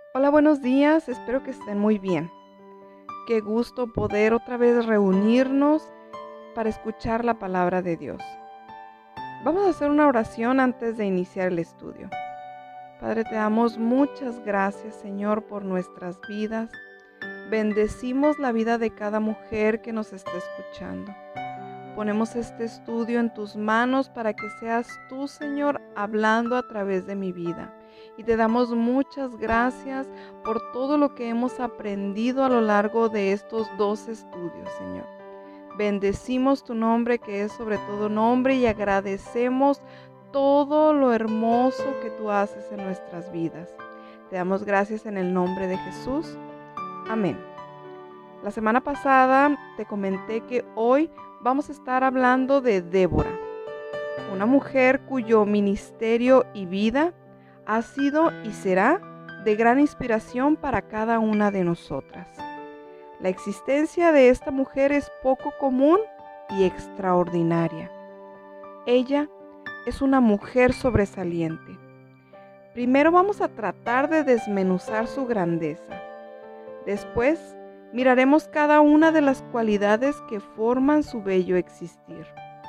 Hola, buenos días, espero que estén muy bien. Qué gusto poder otra vez reunirnos para escuchar la palabra de Dios. Vamos a hacer una oración antes de iniciar el estudio. Padre, te damos muchas gracias, Señor, por nuestras vidas. Bendecimos la vida de cada mujer que nos está escuchando. Ponemos este estudio en tus manos para que seas tú, Señor, hablando a través de mi vida. Y te damos muchas gracias por todo lo que hemos aprendido a lo largo de estos 2 estudios, Señor. Bendecimos tu nombre, que es sobre todo nombre, y agradecemos todo lo hermoso que tú haces en nuestras vidas. Te damos gracias en el nombre de Jesús. Amén. La semana pasada te comenté que hoy vamos a estar hablando de Débora, una mujer cuyo ministerio y vida ha sido y será de gran inspiración para cada una de nosotras. La existencia de esta mujer es poco común y extraordinaria. Ella es una mujer sobresaliente. Primero vamos a tratar de desmenuzar su grandeza. Después miraremos cada una de las cualidades que forman su bello existir.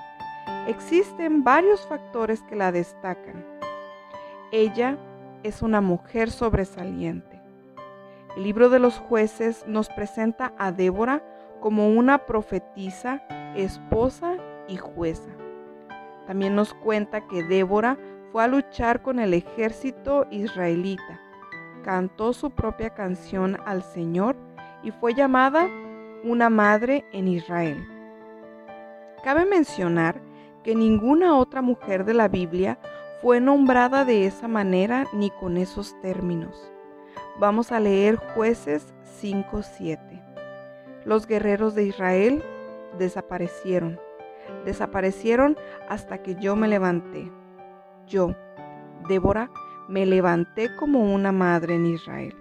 Existen varios factores que la destacan. Ella es una mujer sobresaliente. El libro de los Jueces nos presenta a Débora como una profetisa, esposa y jueza. También nos cuenta que Débora fue a luchar con el ejército israelita, cantó su propia canción al Señor y fue llamada una madre en Israel. Cabe mencionar que ninguna otra mujer de la Biblia fue nombrada de esa manera ni con esos términos. Vamos a leer Jueces 5:7. Los guerreros de Israel desaparecieron hasta que yo me levanté. Yo, Débora, me levanté como una madre en Israel.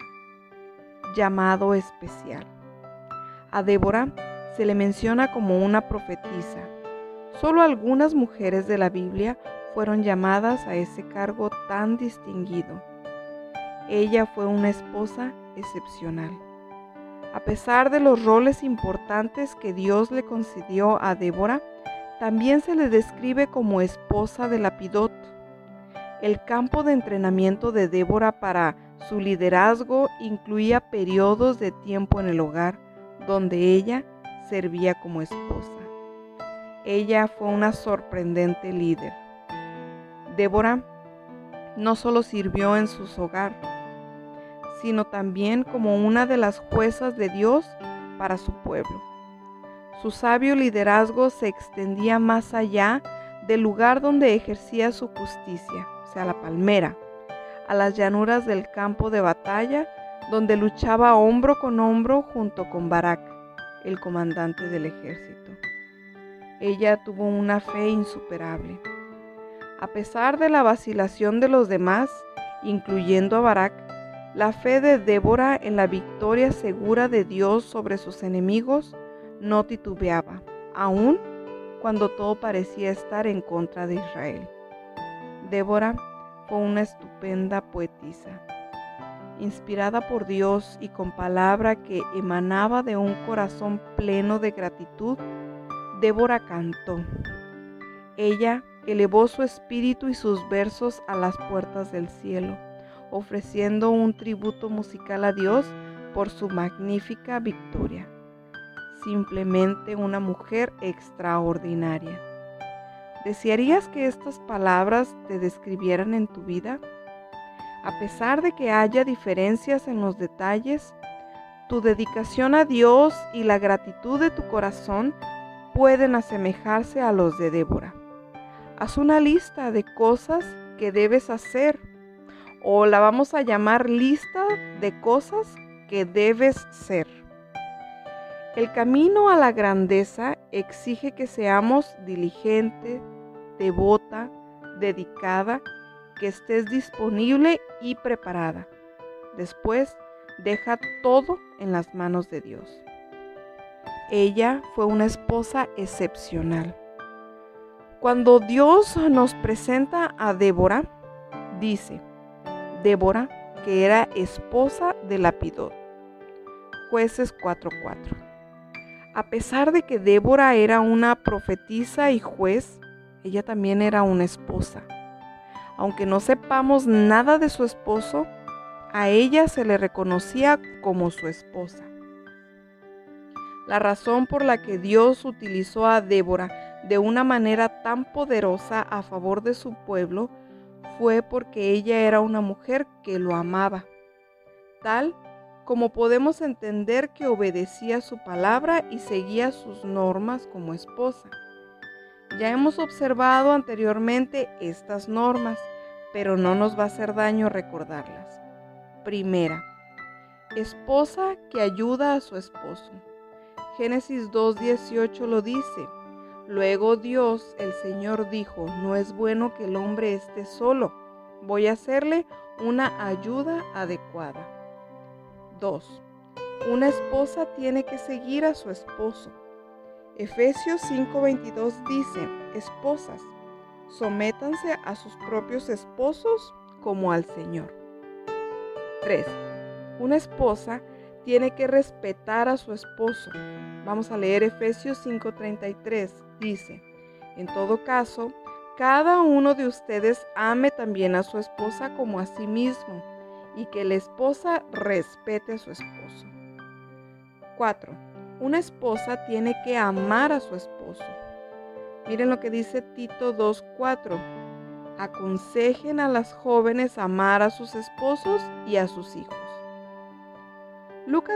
Llamado especial. A Débora se le menciona como una profetisa. Solo algunas mujeres de la Biblia fueron llamadas a ese cargo tan distinguido. Ella fue una esposa excepcional. A pesar de los roles importantes que Dios le concedió a Débora, también se le describe como esposa de Lapidot. El campo de entrenamiento de Débora para su liderazgo incluía periodos de tiempo en el hogar, donde ella servía como esposa. Ella fue una sorprendente líder. Débora no solo sirvió en su hogar, sino también como una de las juezas de Dios para su pueblo. Su sabio liderazgo se extendía más allá del lugar donde ejercía su justicia, o sea, la palmera, a las llanuras del campo de batalla, donde luchaba hombro con hombro junto con Barak, el comandante del ejército. Ella tuvo una fe insuperable. A pesar de la vacilación de los demás, incluyendo a Barak, la fe de Débora en la victoria segura de Dios sobre sus enemigos no titubeaba, aun cuando todo parecía estar en contra de Israel. Débora fue una estupenda poetisa. Inspirada por Dios y con palabra que emanaba de un corazón pleno de gratitud, Débora cantó. Ella elevó su espíritu y sus versos a las puertas del cielo, ofreciendo un tributo musical a Dios por su magnífica victoria. Simplemente una mujer extraordinaria. ¿Desearías que estas palabras te describieran en tu vida? A pesar de que haya diferencias en los detalles, tu dedicación a Dios y la gratitud de tu corazón pueden asemejarse a los de Débora. Haz una lista de cosas que debes hacer, o la vamos a llamar lista de cosas que debes ser. El camino a la grandeza exige que seamos diligente, devota, dedicada, que estés disponible y preparada. Después, deja todo en las manos de Dios. Ella fue una esposa excepcional. Cuando Dios nos presenta a Débora, dice: Débora que era esposa de Lapidot. Jueces 4:4. A pesar de que Débora era una profetisa y juez, ella también era una esposa. Aunque no sepamos nada de su esposo, a ella se le reconocía como su esposa. La razón por la que Dios utilizó a Débora de una manera tan poderosa a favor de su pueblo fue porque ella era una mujer que lo amaba, tal como podemos entender que obedecía su palabra y seguía sus normas como esposa. Ya hemos observado anteriormente estas normas, pero no nos va a hacer daño recordarlas. Primera, esposa que ayuda a su esposo. Génesis 2:18 lo dice. Luego Dios, el Señor, dijo: no es bueno que el hombre esté solo, voy a hacerle una ayuda adecuada. 2. Una esposa tiene que seguir a su esposo. Efesios 5:22 dice: esposas, sométanse a sus propios esposos como al Señor. 3. Una esposa tiene que respetar a su esposo. Vamos a leer Efesios 5:33. Dice: en todo caso, cada uno de ustedes ame también a su esposa como a sí mismo, y que la esposa respete a su esposo. 4. Una esposa tiene que amar a su esposo. Miren lo que dice Tito 2:4. Aconsejen a las jóvenes a amar a sus esposos y a sus hijos. Lucas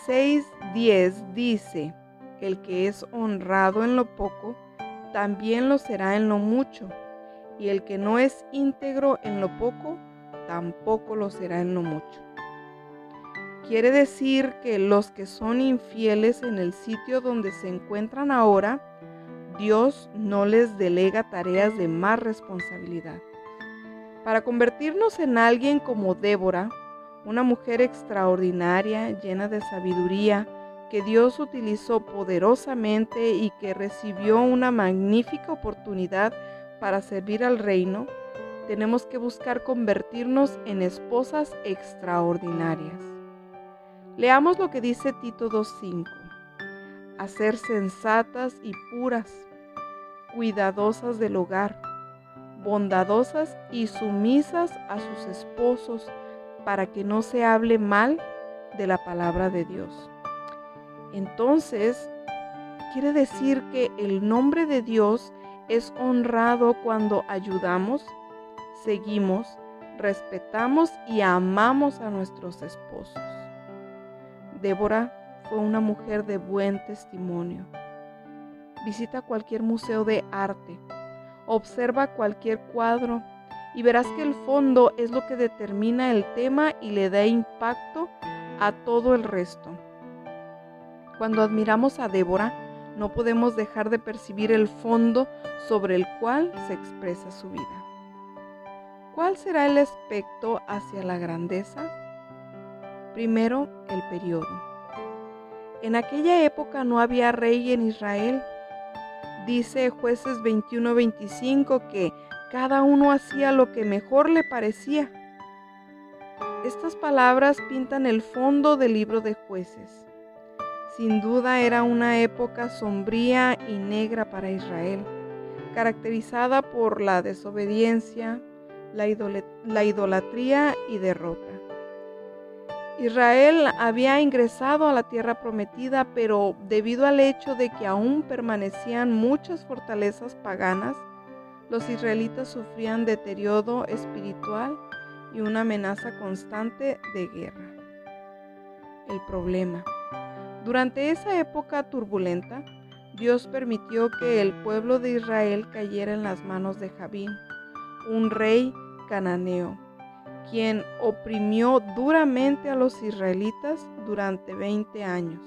16:10 dice: el que es honrado en lo poco, también lo será en lo mucho, y el que no es íntegro en lo poco, tampoco lo será en lo mucho. Quiere decir que los que son infieles en el sitio donde se encuentran ahora, Dios no les delega tareas de más responsabilidad. Para convertirnos en alguien como Débora, una mujer extraordinaria, llena de sabiduría, que Dios utilizó poderosamente y que recibió una magnífica oportunidad para servir al reino, tenemos que buscar convertirnos en esposas extraordinarias. Leamos lo que dice Tito 2:5. A ser sensatas y puras, cuidadosas del hogar, bondadosas y sumisas a sus esposos, para que no se hable mal de la palabra de Dios. Entonces, quiere decir que el nombre de Dios es honrado cuando ayudamos, seguimos, respetamos y amamos a nuestros esposos. Débora fue una mujer de buen testimonio. Visita cualquier museo de arte, observa cualquier cuadro y verás que el fondo es lo que determina el tema y le da impacto a todo el resto. Cuando admiramos a Débora, no podemos dejar de percibir el fondo sobre el cual se expresa su vida. ¿Cuál será el aspecto hacia la grandeza? Primero, el periodo. En aquella época no había rey en Israel. Dice Jueces 21:25 que cada uno hacía lo que mejor le parecía. Estas palabras pintan el fondo del libro de Jueces. Sin duda era una época sombría y negra para Israel, caracterizada por la desobediencia, la idolatría y derrota. Israel había ingresado a la tierra prometida, pero debido al hecho de que aún permanecían muchas fortalezas paganas, los israelitas sufrían deterioro espiritual y una amenaza constante de guerra. El problema. Durante esa época turbulenta, Dios permitió que el pueblo de Israel cayera en las manos de Jabín, un rey cananeo, quien oprimió duramente a los israelitas durante 20 años.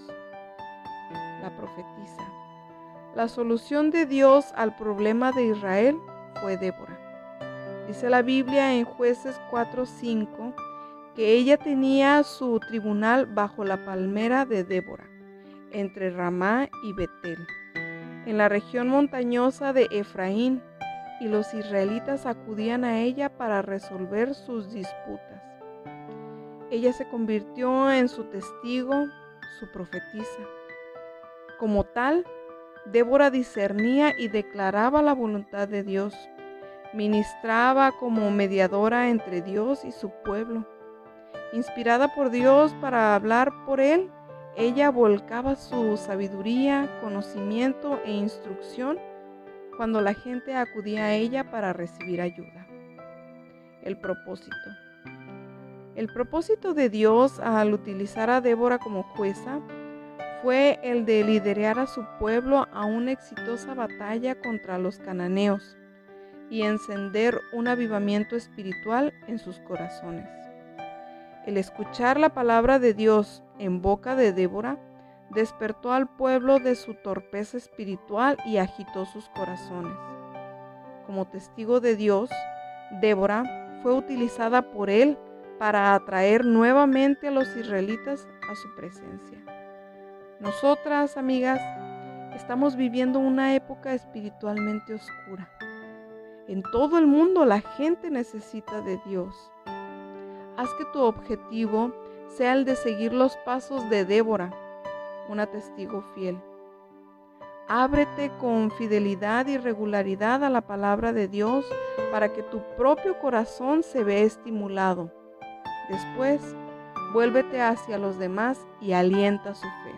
La profetisa. La solución de Dios al problema de Israel fue Débora. Dice la Biblia en Jueces 4:5 que ella tenía su tribunal bajo la palmera de Débora, entre Ramá y Betel, en la región montañosa de Efraín, y los israelitas acudían a ella para resolver sus disputas. Ella se convirtió en su testigo, su profetisa. Como tal, Débora discernía y declaraba la voluntad de Dios. Ministraba como mediadora entre Dios y su pueblo. Inspirada por Dios para hablar por él, ella volcaba su sabiduría, conocimiento e instrucción cuando la gente acudía a ella para recibir ayuda. El propósito. El propósito de Dios al utilizar a Débora como jueza fue el de liderar a su pueblo a una exitosa batalla contra los cananeos y encender un avivamiento espiritual en sus corazones. El escuchar la palabra de Dios en boca de Débora despertó al pueblo de su torpeza espiritual y agitó sus corazones. Como testigo de Dios, Débora fue utilizada por él para atraer nuevamente a los israelitas a su presencia. Nosotras, amigas, estamos viviendo una época espiritualmente oscura. En todo el mundo la gente necesita de Dios. Haz que tu objetivo sea el de seguir los pasos de Débora, una testigo fiel. Ábrete con fidelidad y regularidad a la palabra de Dios para que tu propio corazón se vea estimulado. Después, vuélvete hacia los demás y alienta su fe.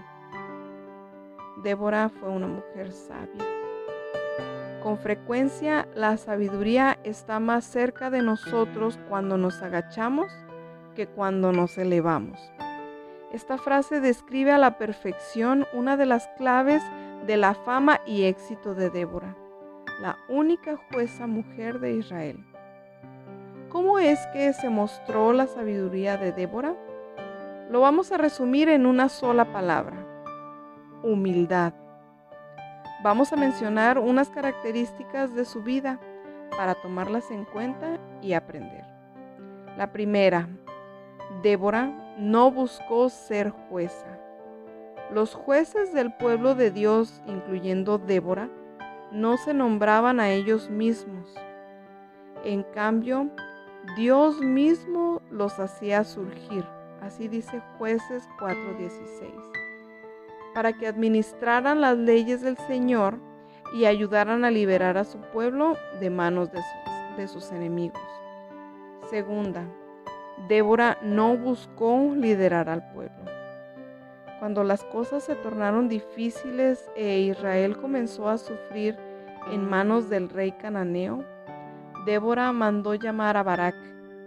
Débora fue una mujer sabia. Con frecuencia, la sabiduría está más cerca de nosotros cuando nos agachamos que cuando nos elevamos. Esta frase describe a la perfección una de las claves de la fama y éxito de Débora, la única jueza mujer de Israel. ¿Cómo es que se mostró la sabiduría de Débora? Lo vamos a resumir en una sola palabra: humildad. Vamos a mencionar unas características de su vida para tomarlas en cuenta y aprender. La primera, Débora no buscó ser jueza. Los jueces del pueblo de Dios, incluyendo Débora, no se nombraban a ellos mismos. En cambio, Dios mismo los hacía surgir. Así dice Jueces 4:16. Para que administraran las leyes del Señor y ayudaran a liberar a su pueblo de manos de sus enemigos. Segunda, Débora no buscó liderar al pueblo. Cuando las cosas se tornaron difíciles e Israel comenzó a sufrir en manos del rey cananeo, Débora mandó llamar a Barak.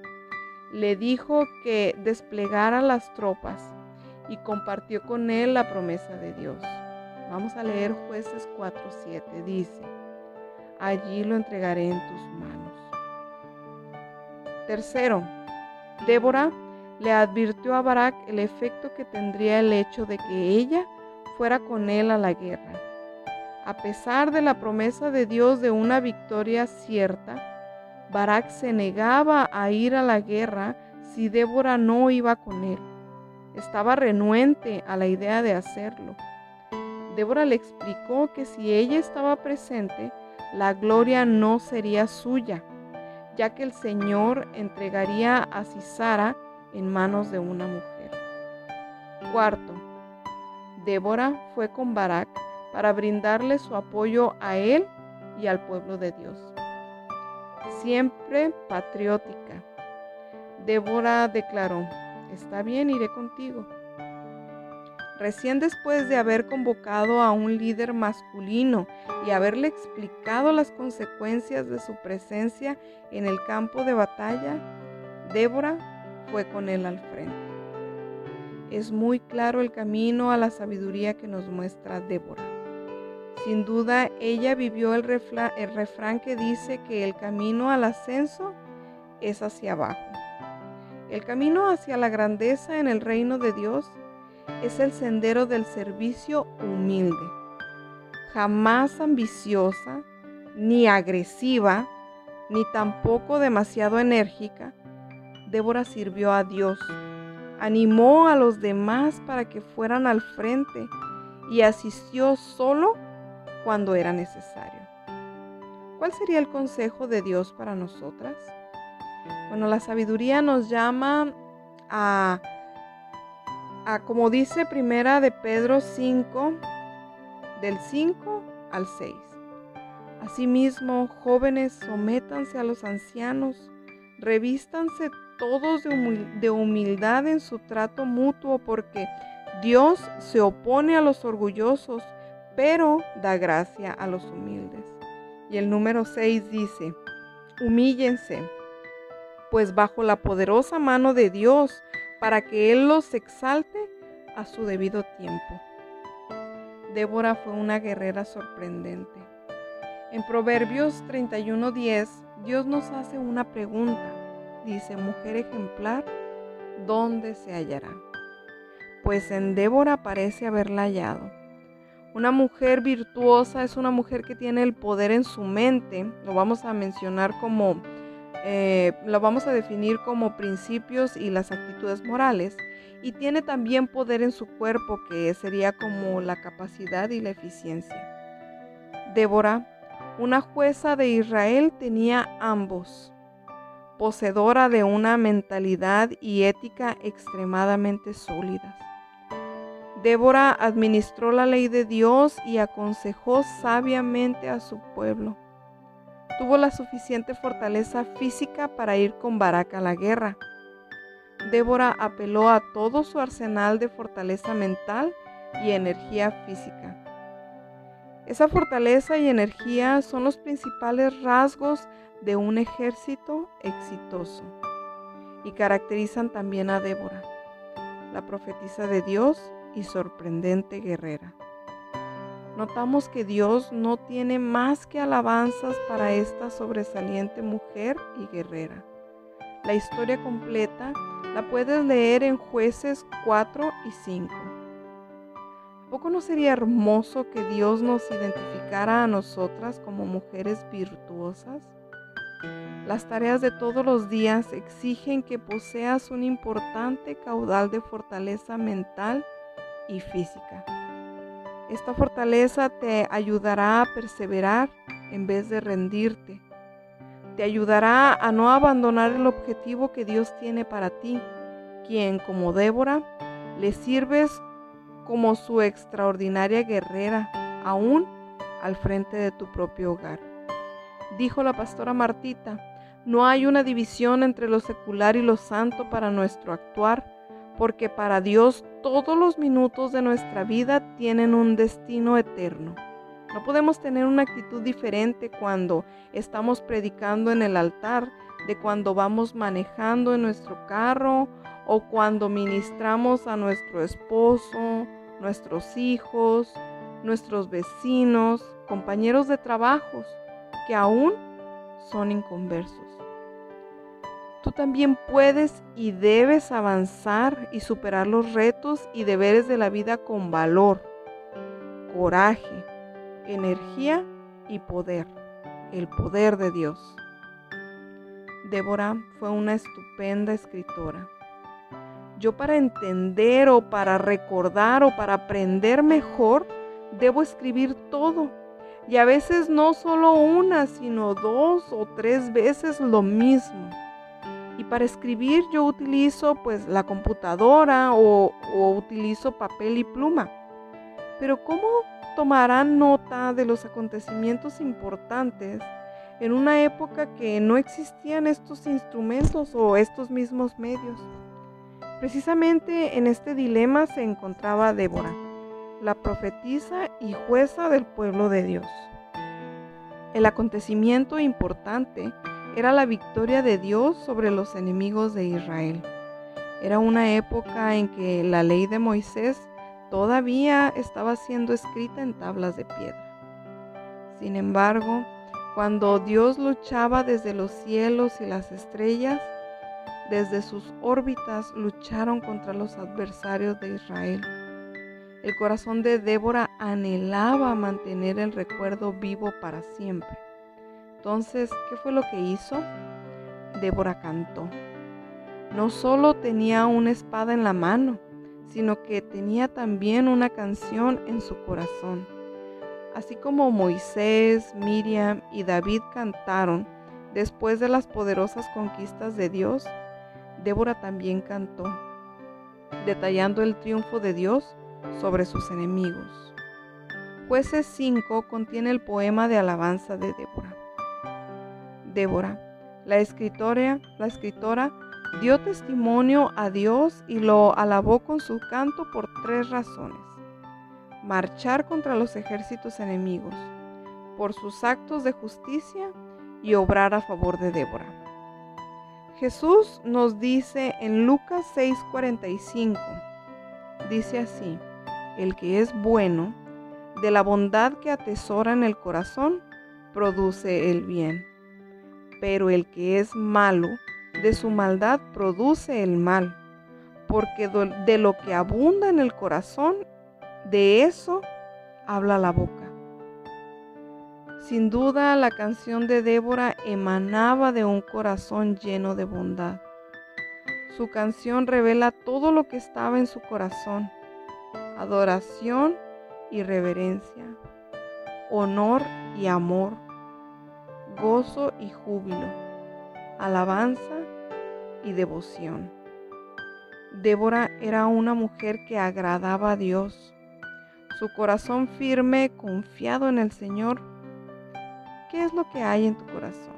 Le dijo que desplegara las tropas y compartió con él la promesa de Dios. Vamos a leer Jueces 4:7. Dice: allí lo entregaré en tus manos. Tercero, Débora le advirtió a Barak el efecto que tendría el hecho de que ella fuera con él a la guerra. A pesar de la promesa de Dios de una victoria cierta, Barak se negaba a ir a la guerra si Débora no iba con él. Estaba renuente a la idea de hacerlo. Débora le explicó que si ella estaba presente, la gloria no sería suya, ya que el Señor entregaría a Sisara en manos de una mujer. Cuarto, Débora fue con Barak para brindarle su apoyo a él y al pueblo de Dios. Siempre patriótica, Débora declaró: está bien, iré contigo. Recién después de haber convocado a un líder masculino y haberle explicado las consecuencias de su presencia en el campo de batalla, Débora fue con él al frente. Es muy claro el camino a la sabiduría que nos muestra Débora. Sin duda, ella vivió el refrán que dice que el camino al ascenso es hacia abajo. El camino hacia la grandeza en el reino de Dios es el sendero del servicio humilde. Jamás ambiciosa, ni agresiva, ni tampoco demasiado enérgica, Débora sirvió a Dios, animó a los demás para que fueran al frente y asistió solo cuando era necesario. ¿Cuál sería el consejo de Dios para nosotras? Bueno, la sabiduría nos llama como dice Primera de Pedro 5, del 5 al 6. Asimismo, jóvenes, sométanse a los ancianos, revístanse todos de humildad en su trato mutuo, porque Dios se opone a los orgullosos, pero da gracia a los humildes. Y el número 6 dice: humíllense, pues bajo la poderosa mano de Dios, para que Él los exalte a su debido tiempo. Débora fue una guerrera sorprendente. En Proverbios 31:10, Dios nos hace una pregunta. Dice: mujer ejemplar, ¿dónde se hallará? Pues en Débora parece haberla hallado. Una mujer virtuosa es una mujer que tiene el poder en su mente. Lo vamos a definir como principios y las actitudes morales. Y tiene también poder en su cuerpo, que sería como la capacidad y la eficiencia. Débora, una jueza de Israel, tenía ambos. Poseedora de una mentalidad y ética extremadamente sólidas. Débora administró la ley de Dios y aconsejó sabiamente a su pueblo. Tuvo la suficiente fortaleza física para ir con Barak a la guerra. Débora apeló a todo su arsenal de fortaleza mental y energía física. Esa fortaleza y energía son los principales rasgos de un ejército exitoso y caracterizan también a Débora, la profetisa de Dios y sorprendente guerrera. Notamos que Dios no tiene más que alabanzas para esta sobresaliente mujer y guerrera. La historia completa la puedes leer en Jueces 4 y 5. ¿A poco no sería hermoso que Dios nos identificara a nosotras como mujeres virtuosas? Las tareas de todos los días exigen que poseas un importante caudal de fortaleza mental y física. Esta fortaleza te ayudará a perseverar en vez de rendirte. Te ayudará a no abandonar el objetivo que Dios tiene para ti, quien, como Débora, le sirves como su extraordinaria guerrera, aún al frente de tu propio hogar. Dijo la pastora Martita: no hay una división entre lo secular y lo santo para nuestro actuar, porque para Dios todos los minutos de nuestra vida tienen un destino eterno. No podemos tener una actitud diferente cuando estamos predicando en el altar, de cuando vamos manejando en nuestro carro o cuando ministramos a nuestro esposo, nuestros hijos, nuestros vecinos, compañeros de trabajos que aún son inconversos. Tú también puedes y debes avanzar y superar los retos y deberes de la vida con valor, coraje, energía y poder, el poder de Dios. Débora fue una estupenda escritora. Yo, para entender o para recordar o para aprender mejor, debo escribir todo. Y a veces no solo una, sino 2 o 3 veces lo mismo. Y para escribir yo utilizo la computadora o utilizo papel y pluma. Pero ¿cómo tomarán nota de los acontecimientos importantes en una época que no existían estos instrumentos o estos mismos medios? Precisamente en este dilema se encontraba Débora, la profetisa y jueza del pueblo de Dios. El acontecimiento importante era la victoria de Dios sobre los enemigos de Israel. Era una época en que la ley de Moisés todavía estaba siendo escrita en tablas de piedra. Sin embargo, cuando Dios luchaba desde los cielos y las estrellas, desde sus órbitas lucharon contra los adversarios de Israel. El corazón de Débora anhelaba mantener el recuerdo vivo para siempre. Entonces, ¿qué fue lo que hizo? Débora cantó. No solo tenía una espada en la mano, sino que tenía también una canción en su corazón. Así como Moisés, Miriam y David cantaron después de las poderosas conquistas de Dios, Débora también cantó, detallando el triunfo de Dios sobre sus enemigos. Jueces 5 contiene el poema de alabanza de Débora. Débora, la escritora, dio testimonio a Dios y lo alabó con su canto por 3 razones. Marchar contra los ejércitos enemigos, por sus actos de justicia y obrar a favor de Débora. Jesús nos dice en Lucas 6:45, dice así: el que es bueno, de la bondad que atesora en el corazón, produce el bien. Pero el que es malo, de su maldad produce el mal, porque de lo que abunda en el corazón, de eso habla la boca. Sin duda, la canción de Débora emanaba de un corazón lleno de bondad. Su canción revela todo lo que estaba en su corazón: adoración y reverencia, honor y amor, gozo y júbilo, alabanza y devoción. Débora era una mujer que agradaba a Dios. Su corazón firme, confiado en el Señor. ¿Qué es lo que hay en tu corazón?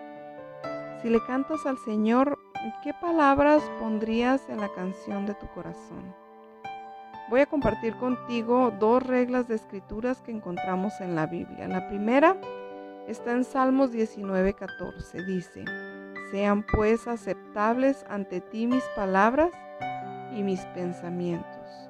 Si le cantas al Señor, ¿qué palabras pondrías en la canción de tu corazón? Voy a compartir contigo 2 reglas de escrituras que encontramos en la Biblia. La primera está en Salmos 19:14. Dice: sean pues aceptables ante ti mis palabras y mis pensamientos.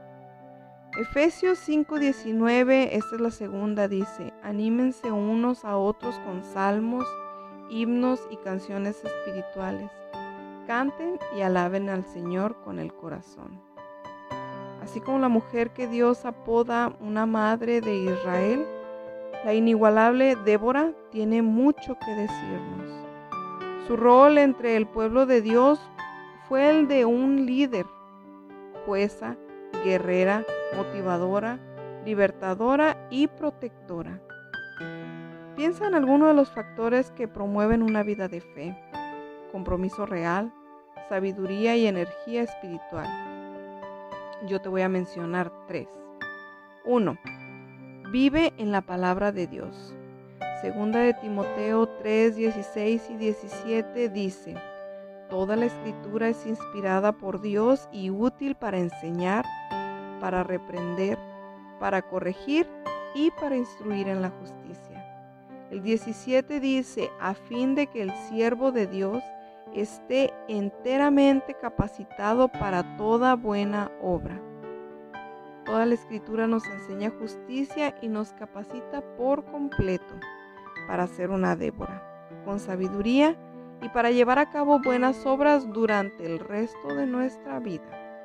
Efesios 5:19, esta es la segunda, dice: anímense unos a otros con salmos, himnos y canciones espirituales. Canten y alaben al Señor con el corazón. Así como la mujer que Dios apoda una madre de Israel, la inigualable Débora tiene mucho que decirnos. Su rol entre el pueblo de Dios fue el de un líder, jueza, guerrera, motivadora, libertadora y protectora. Piensa en algunos de los factores que promueven una vida de fe: compromiso real, sabiduría y energía espiritual. Yo te voy a mencionar 3. 1. Vive en la palabra de Dios. Segunda de Timoteo 3:16 y 17 dice: toda la escritura es inspirada por Dios y útil para enseñar, para reprender, para corregir y para instruir en la justicia. El 17 dice: a fin de que el siervo de Dios esté enteramente capacitado para toda buena obra. Toda la escritura nos enseña justicia y nos capacita por completo para ser una Débora, con sabiduría y para llevar a cabo buenas obras durante el resto de nuestra vida.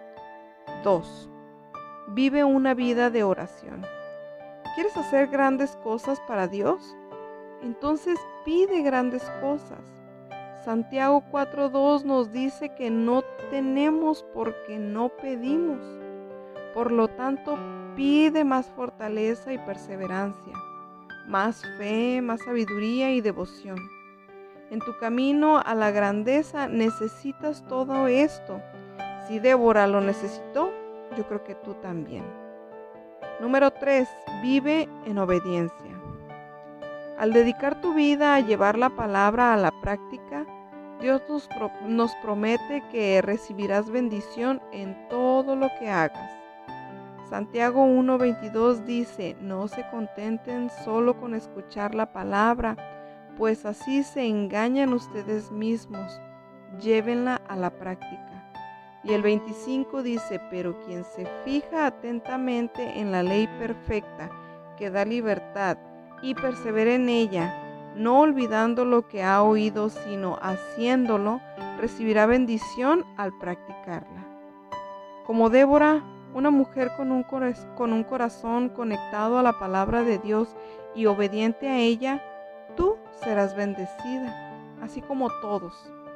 2. Vive una vida de oración. ¿Quieres hacer grandes cosas para Dios? Entonces pide grandes cosas. Santiago 4:2 nos dice que no tenemos porque no pedimos. Por lo tanto, pide más fortaleza y perseverancia, más fe, más sabiduría y devoción. En tu camino a la grandeza necesitas todo esto. Si Débora lo necesitó, yo creo que tú también. Número 3. Vive en obediencia. Al dedicar tu vida a llevar la palabra a la práctica, Dios nos promete que recibirás bendición en todo lo que hagas. Santiago 1:22 dice: no se contenten solo con escuchar la palabra, pues así se engañan ustedes mismos. Llévenla a la práctica. Y el 25 dice: pero quien se fija atentamente en la ley perfecta que da libertad y persevera en ella, no olvidando lo que ha oído, sino haciéndolo, recibirá bendición al practicarla. Como Débora, una mujer con un corazón conectado a la palabra de Dios y obediente a ella, tú serás bendecida, así como todos.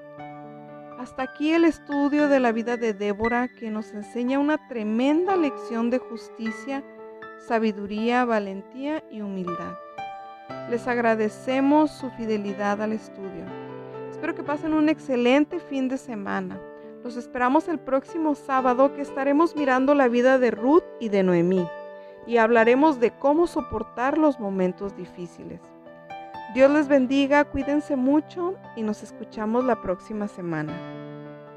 Hasta aquí el estudio de la vida de Débora, que nos enseña una tremenda lección de justicia, sabiduría, valentía y humildad. Les agradecemos su fidelidad al estudio. Espero que pasen un excelente fin de semana. Los esperamos el próximo sábado, que estaremos mirando la vida de Ruth y de Noemí y hablaremos de cómo soportar los momentos difíciles. Dios les bendiga, cuídense mucho y nos escuchamos la próxima semana.